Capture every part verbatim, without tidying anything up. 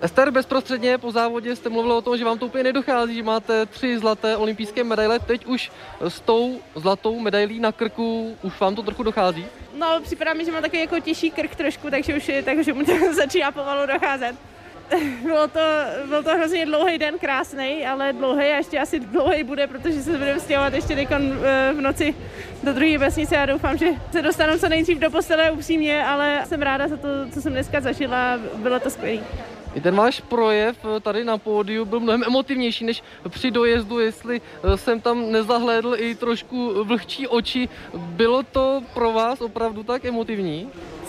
Ester, bezprostředně po závodě jste mluvila o tom, že vám to úplně nedochází, že máte tři zlaté olympijské medaile. Teď už s tou zlatou medailí na krku už vám to trochu dochází? No, připadá mi, že má takový jako těžší krk trošku, takže už je, takže mu to začíná pomalu docházet. Bylo to, byl to hrozně dlouhý den, krásný, ale dlouhý a ještě asi dlouhý bude, protože se budeme stěhovat ještě teď v noci do druhé vesnice a doufám, že se dostanu co nejdřív do postele upřímně, ale jsem ráda za to, co jsem dneska zažila, bylo to skvělé. I ten váš projev tady na pódiu byl mnohem emotivnější než při dojezdu, jestli jsem tam nezahlédl i trošku vlhčí oči. Bylo to pro vás opravdu tak emotivní?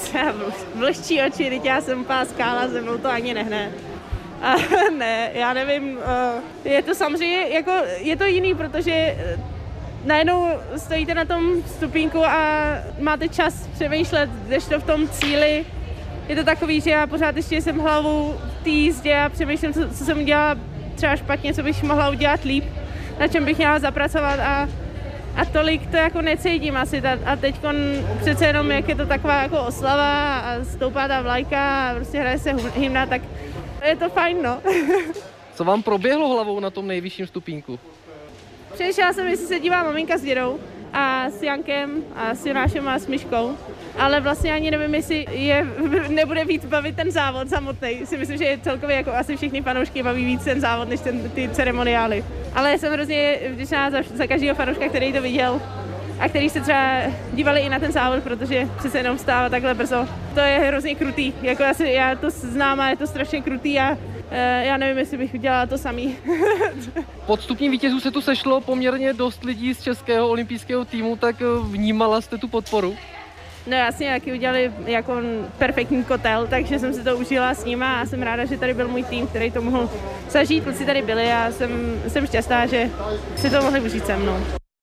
Vlhčí oči, teď já jsem úplná skála, ze mnou to ani nehne. A ne, já nevím, je to samozřejmě, jako, je to jiný, protože najednou stojíte na tom stupínku a máte čas přemýšlet, kdežto v tom cíli. Je to takový, že já pořád ještě jsem hlavou v té jízdě a přemýšlím, co, co jsem udělala třeba špatně, co bych mohla udělat líp, na čem bych měla zapracovat a, a tolik to jako necítím asi. A teď přece jenom, jak je to taková jako oslava a stoupá ta vlajka a prostě hraje se hymna, tak je to fajn, no. Co vám proběhlo hlavou na tom nejvyšším stupínku? Přemýšlela jsem, jestli se dívá maminka s dědou a s Jankem a s Jonášem a s Myškou. Ale vlastně ani nevím, jestli je nebude víc bavit ten závod samotný. Si myslím, že je celkově jako asi všichni fanoušky baví víc ten závod, než ten, ty ceremoniály. Ale jsem hrozně vděčná za, za každého fanouška, který to viděl a který se třeba dívali i na ten závod, protože přece jenom vstává takhle brzo. To je hrozně krutý. Jako já, si, já to znám a je to strašně krutý a já nevím, jestli bych udělala to samý. Pod stupní vítězů se tu sešlo poměrně dost lidí z českého olympijského týmu, tak vnímala jste tu podporu? No jasně, taky udělali jako perfektní kotel, takže jsem si to užila s nima a jsem ráda, že tady byl můj tým, který to mohl zažít, kluci tady byli a jsem, jsem šťastná, že si to mohli užít se mnou.